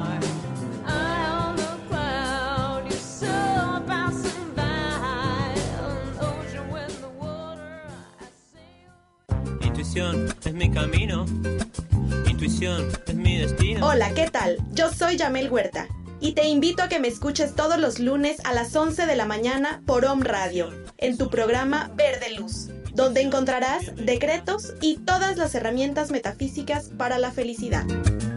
Intuición es mi camino, intuición es mi destino. Hola, ¿qué tal? Yo soy Yamel Huerta y te invito a que me escuches todos los lunes a las 11 de la mañana por OM Radio, en tu programa Verde Luz, donde encontrarás decretos y todas las herramientas metafísicas para la felicidad.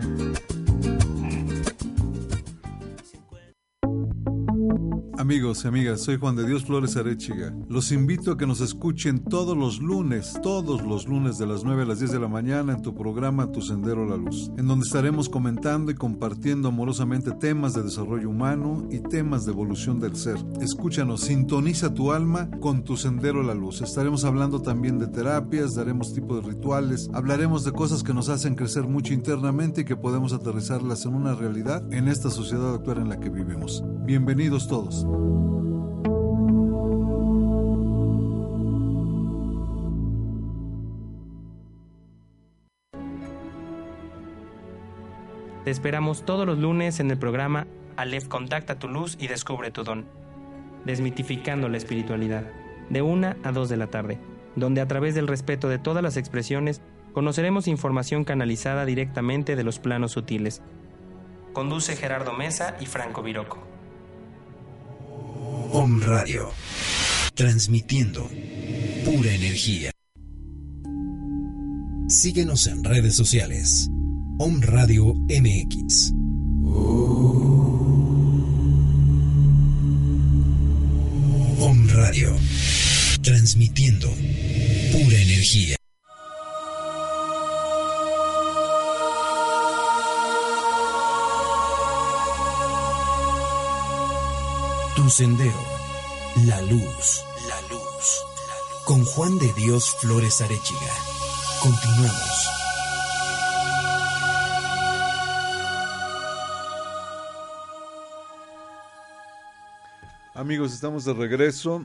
Amigos y amigas, soy Juan de Dios Flores Arechiga. Los invito a que nos escuchen todos los lunes de las 9 a las 10 de la mañana en tu programa Tu Sendero la Luz, en donde estaremos comentando y compartiendo amorosamente temas de desarrollo humano y temas de evolución del ser. Escúchanos, sintoniza tu alma con Tu Sendero la Luz. Estaremos hablando también de terapias, daremos tipo de rituales, hablaremos de cosas que nos hacen crecer mucho internamente y que podemos aterrizarlas en una realidad en esta sociedad actual en la que vivimos. Bienvenidos todos. Te esperamos todos los lunes en el programa Aleph Contacta tu Luz y Descubre tu Don, desmitificando la espiritualidad, de 1 a 2 de la tarde, donde a través del respeto de todas las expresiones conoceremos información canalizada directamente de los planos sutiles. Conduce Gerardo Mesa y Franco Viroco. OM Radio, transmitiendo pura energía. Síguenos en redes sociales. OM Radio MX. OM Radio, transmitiendo pura energía. Tu sendero, la luz, con Juan de Dios Flores Arechiga. Continuamos. Amigos, estamos de regreso.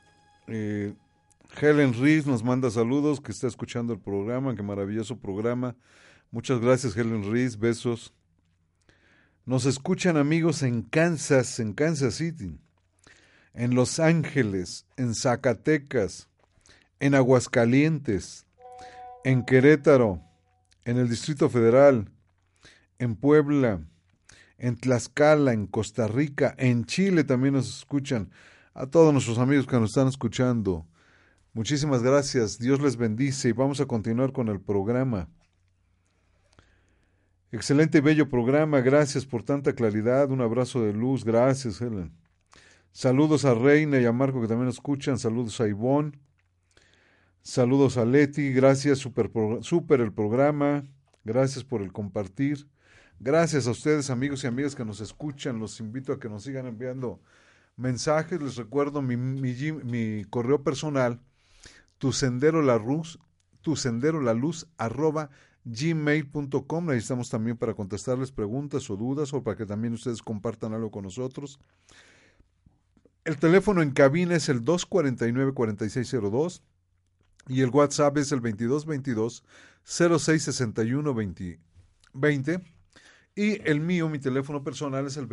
Helen Rees nos manda saludos, que está escuchando el programa, qué maravilloso programa. Muchas gracias, Helen Rees, besos. Nos escuchan amigos en Kansas City, en Los Ángeles, en Zacatecas, en Aguascalientes, en Querétaro, en el Distrito Federal, en Puebla, en Tlaxcala, en Costa Rica, en Chile también nos escuchan. A todos nuestros amigos que nos están escuchando, muchísimas gracias, Dios les bendice y vamos a continuar con el programa. Excelente y bello programa, gracias por tanta claridad, un abrazo de luz, gracias Helen. Saludos a Reina y a Marco que también nos escuchan, saludos a Ivonne, saludos a Leti, gracias, super el programa, gracias por el compartir. Gracias a ustedes, amigos y amigas que nos escuchan. Los invito a que nos sigan enviando mensajes. Les recuerdo mi correo personal, tusenderolaluz@gmail.com. Ahí estamos también para contestarles preguntas o dudas o para que también ustedes compartan algo con nosotros. El teléfono en cabina es el 249-4602 y el WhatsApp es el 2222-0661-20. Y el mío, mi teléfono personal es el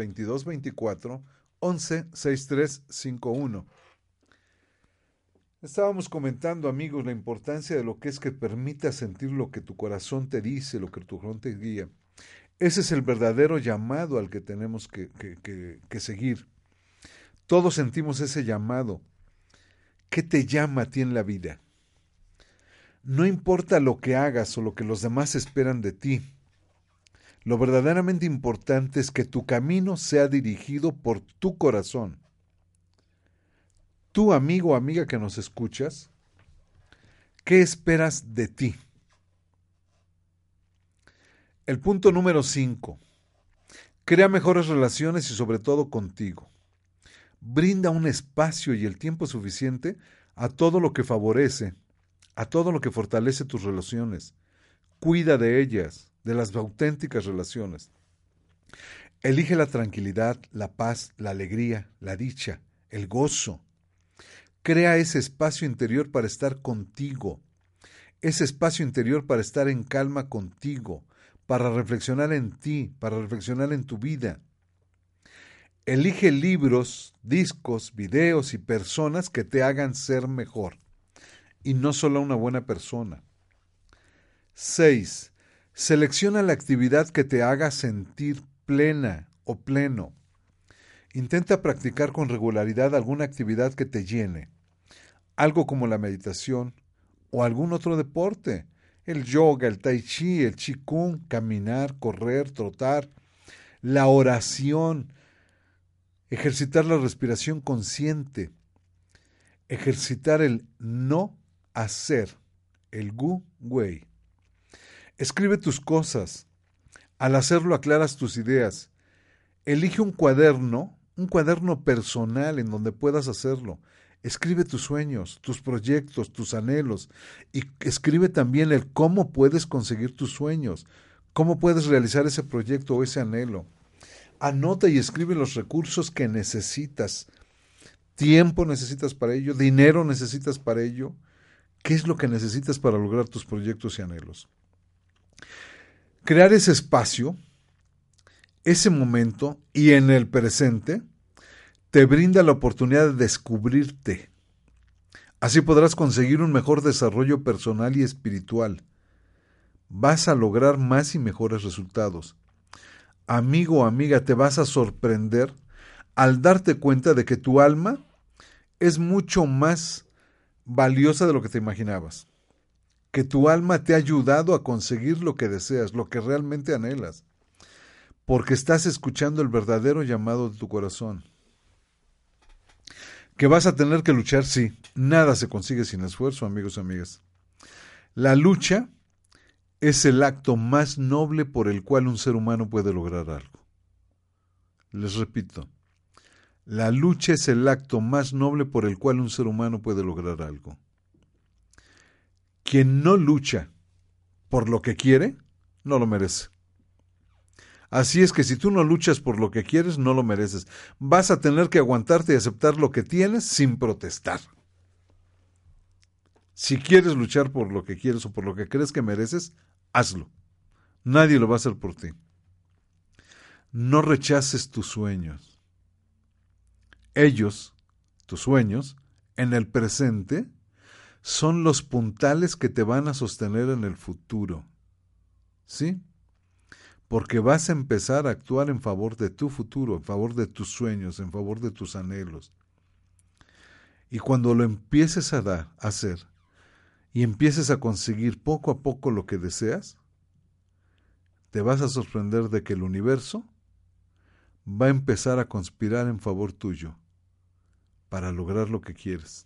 2224-116351. Estábamos comentando, amigos, la importancia de lo que es que permitas sentir lo que tu corazón te dice, lo que tu corazón te guía. Ese es el verdadero llamado al que tenemos que seguir. Todos sentimos ese llamado. ¿Qué te llama a ti en la vida? No importa lo que hagas o lo que los demás esperan de ti. Lo verdaderamente importante es que tu camino sea dirigido por tu corazón. Tú, amigo o amiga que nos escuchas, ¿qué esperas de ti? El punto número 5. Crea mejores relaciones y sobre todo contigo. Brinda un espacio y el tiempo suficiente a todo lo que favorece, a todo lo que fortalece tus relaciones. Cuida de ellas, de las auténticas relaciones. Elige la tranquilidad, la paz, la alegría, la dicha, el gozo. Crea ese espacio interior para estar contigo, ese espacio interior para estar en calma contigo, para reflexionar en ti, para reflexionar en tu vida. Elige libros, discos, videos y personas que te hagan ser mejor, y no solo una buena persona. 6. Selecciona la actividad que te haga sentir plena o pleno. Intenta practicar con regularidad alguna actividad que te llene, algo como la meditación o algún otro deporte, el yoga, el tai chi, el qigong, caminar, correr, trotar, la oración, ejercitar la respiración consciente, ejercitar el no hacer, el gu wei. Escribe tus cosas. Al hacerlo aclaras tus ideas. Elige un cuaderno personal en donde puedas hacerlo. Escribe tus sueños, tus proyectos, tus anhelos y escribe también el cómo puedes conseguir tus sueños, cómo puedes realizar ese proyecto o ese anhelo. Anota y escribe los recursos que necesitas. Tiempo necesitas para ello, dinero necesitas para ello. ¿Qué es lo que necesitas para lograr tus proyectos y anhelos? Crear ese espacio, ese momento y en el presente te brinda la oportunidad de descubrirte. Así podrás conseguir un mejor desarrollo personal y espiritual. Vas a lograr más y mejores resultados. Amigo o amiga, te vas a sorprender al darte cuenta de que tu alma es mucho más valiosa de lo que te imaginabas. Que tu alma te ha ayudado a conseguir lo que deseas, lo que realmente anhelas, porque estás escuchando el verdadero llamado de tu corazón. Que vas a tener que luchar, sí, nada se consigue sin esfuerzo, amigos y amigas. La lucha es el acto más noble por el cual un ser humano puede lograr algo. Les repito, la lucha es el acto más noble por el cual un ser humano puede lograr algo. quien no lucha por lo que quiere, no lo merece. Así es que si tú no luchas por lo que quieres, no lo mereces. Vas a tener que aguantarte y aceptar lo que tienes sin protestar. Si quieres luchar por lo que quieres o por lo que crees que mereces, hazlo. Nadie lo va a hacer por ti. No rechaces tus sueños. Ellos, tus sueños, en el presente, son los puntales que te van a sostener en el futuro. ¿Sí? Porque vas a empezar a actuar en favor de tu futuro, en favor de tus sueños, en favor de tus anhelos. Y cuando lo empieces a hacer, y empieces a conseguir poco a poco lo que deseas, te vas a sorprender de que el universo va a empezar a conspirar en favor tuyo para lograr lo que quieres.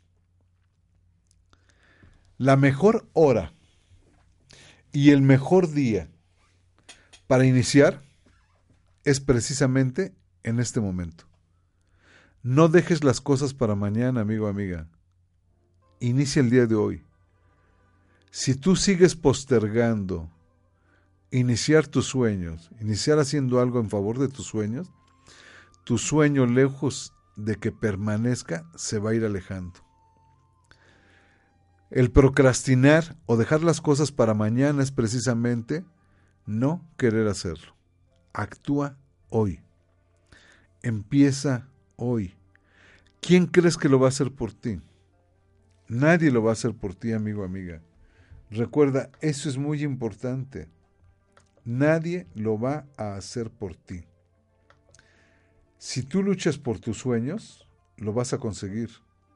La mejor hora y el mejor día para iniciar es precisamente en este momento. No dejes las cosas para mañana, amigo o amiga. Inicia el día de hoy. Si tú sigues postergando iniciar tus sueños, iniciar haciendo algo en favor de tus sueños, tu sueño, lejos de que permanezca, se va a ir alejando. El procrastinar o dejar las cosas para mañana es precisamente no querer hacerlo. Actúa hoy. Empieza hoy. ¿Quién crees que lo va a hacer por ti? Nadie lo va a hacer por ti, amigo o amiga. Recuerda, eso es muy importante. Nadie lo va a hacer por ti. Si tú luchas por tus sueños, lo vas a conseguir.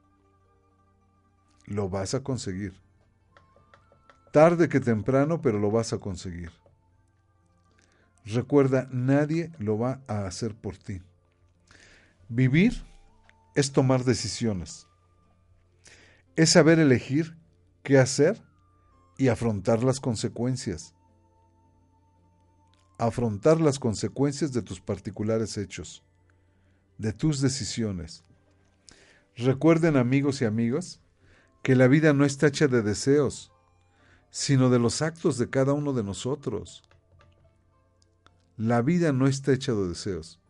Lo vas a conseguir. Tarde que temprano, pero lo vas a conseguir. Recuerda, nadie lo va a hacer por ti. Vivir es tomar decisiones. Es saber elegir qué hacer y afrontar las consecuencias. Afrontar las consecuencias de tus particulares hechos, de tus decisiones. Recuerden, amigos y amigas, que la vida no está hecha de deseos, sino de los actos de cada uno de nosotros. La vida no está hecha de deseos.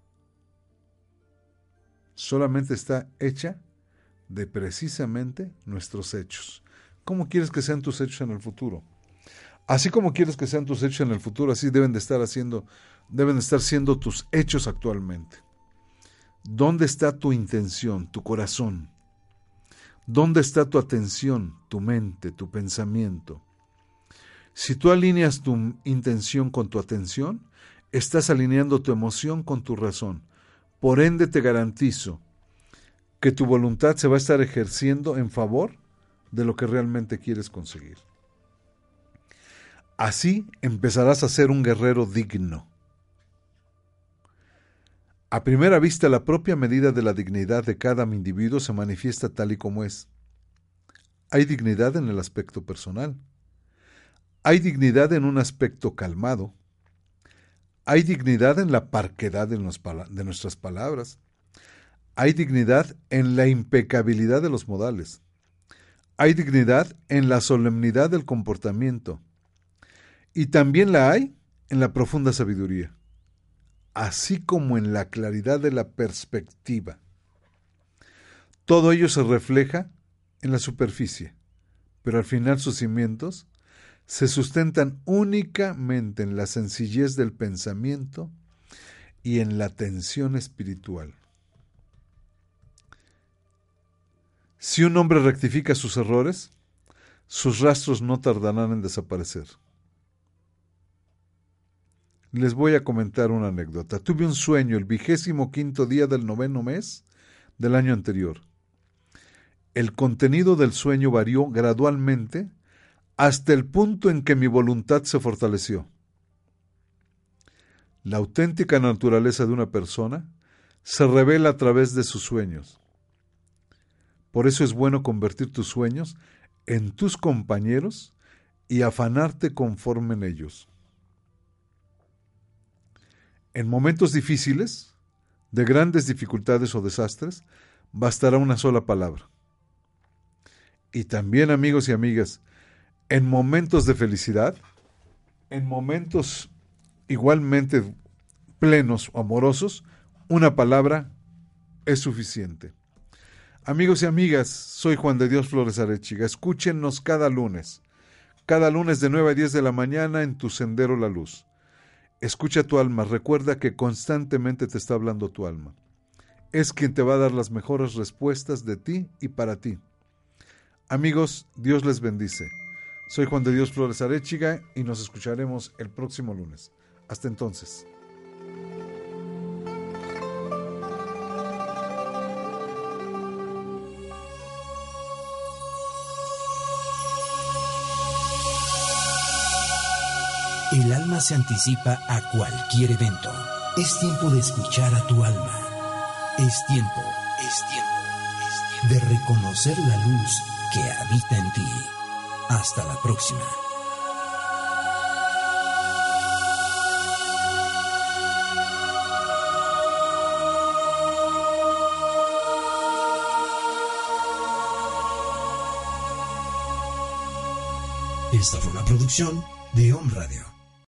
Solamente está hecha de precisamente nuestros hechos. ¿Cómo quieres que sean tus hechos en el futuro? Así como quieres que sean tus hechos en el futuro, así deben de estar siendo tus hechos actualmente. ¿Dónde está tu intención, tu corazón? ¿Dónde está tu atención, tu mente, tu pensamiento? Si tú alineas tu intención con tu atención, estás alineando tu emoción con tu razón. Por ende, te garantizo que tu voluntad se va a estar ejerciendo en favor de lo que realmente quieres conseguir. Así empezarás a ser un guerrero digno. A primera vista, la propia medida de la dignidad de cada individuo se manifiesta tal y como es. Hay dignidad en el aspecto personal. Hay dignidad en un aspecto calmado. Hay dignidad en la parquedad de nuestras palabras. Hay dignidad en la impecabilidad de los modales. Hay dignidad en la solemnidad del comportamiento. Y también la hay en la profunda sabiduría, así como en la claridad de la perspectiva. Todo ello se refleja en la superficie, pero al final sus cimientos se sustentan únicamente en la sencillez del pensamiento y en la tensión espiritual. Si un hombre rectifica sus errores, sus rastros no tardarán en desaparecer. Les voy a comentar una anécdota. Tuve un sueño el 25º día del 9º mes del año anterior. El contenido del sueño varió gradualmente hasta el punto en que mi voluntad se fortaleció. La auténtica naturaleza de una persona se revela a través de sus sueños. Por eso es bueno convertir tus sueños en tus compañeros y afanarte conforme en ellos. En momentos difíciles, de grandes dificultades o desastres, bastará una sola palabra. Y también, amigos y amigas, en momentos de felicidad, en momentos igualmente plenos o amorosos, una palabra es suficiente. Amigos y amigas, soy Juan de Dios Flores Arechiga. Escúchenos cada lunes de 9 a 10 de la mañana en Tu Sendero la Luz. Escucha tu alma, recuerda que constantemente te está hablando tu alma. Es quien te va a dar las mejores respuestas de ti y para ti. Amigos, Dios les bendice. Soy Juan de Dios Flores Arechiga y nos escucharemos el próximo lunes. Hasta entonces. El alma se anticipa a cualquier evento. Es tiempo de escuchar a tu alma. Es tiempo de reconocer la luz que habita en ti. Hasta la próxima. Esta fue una producción de Om Radio.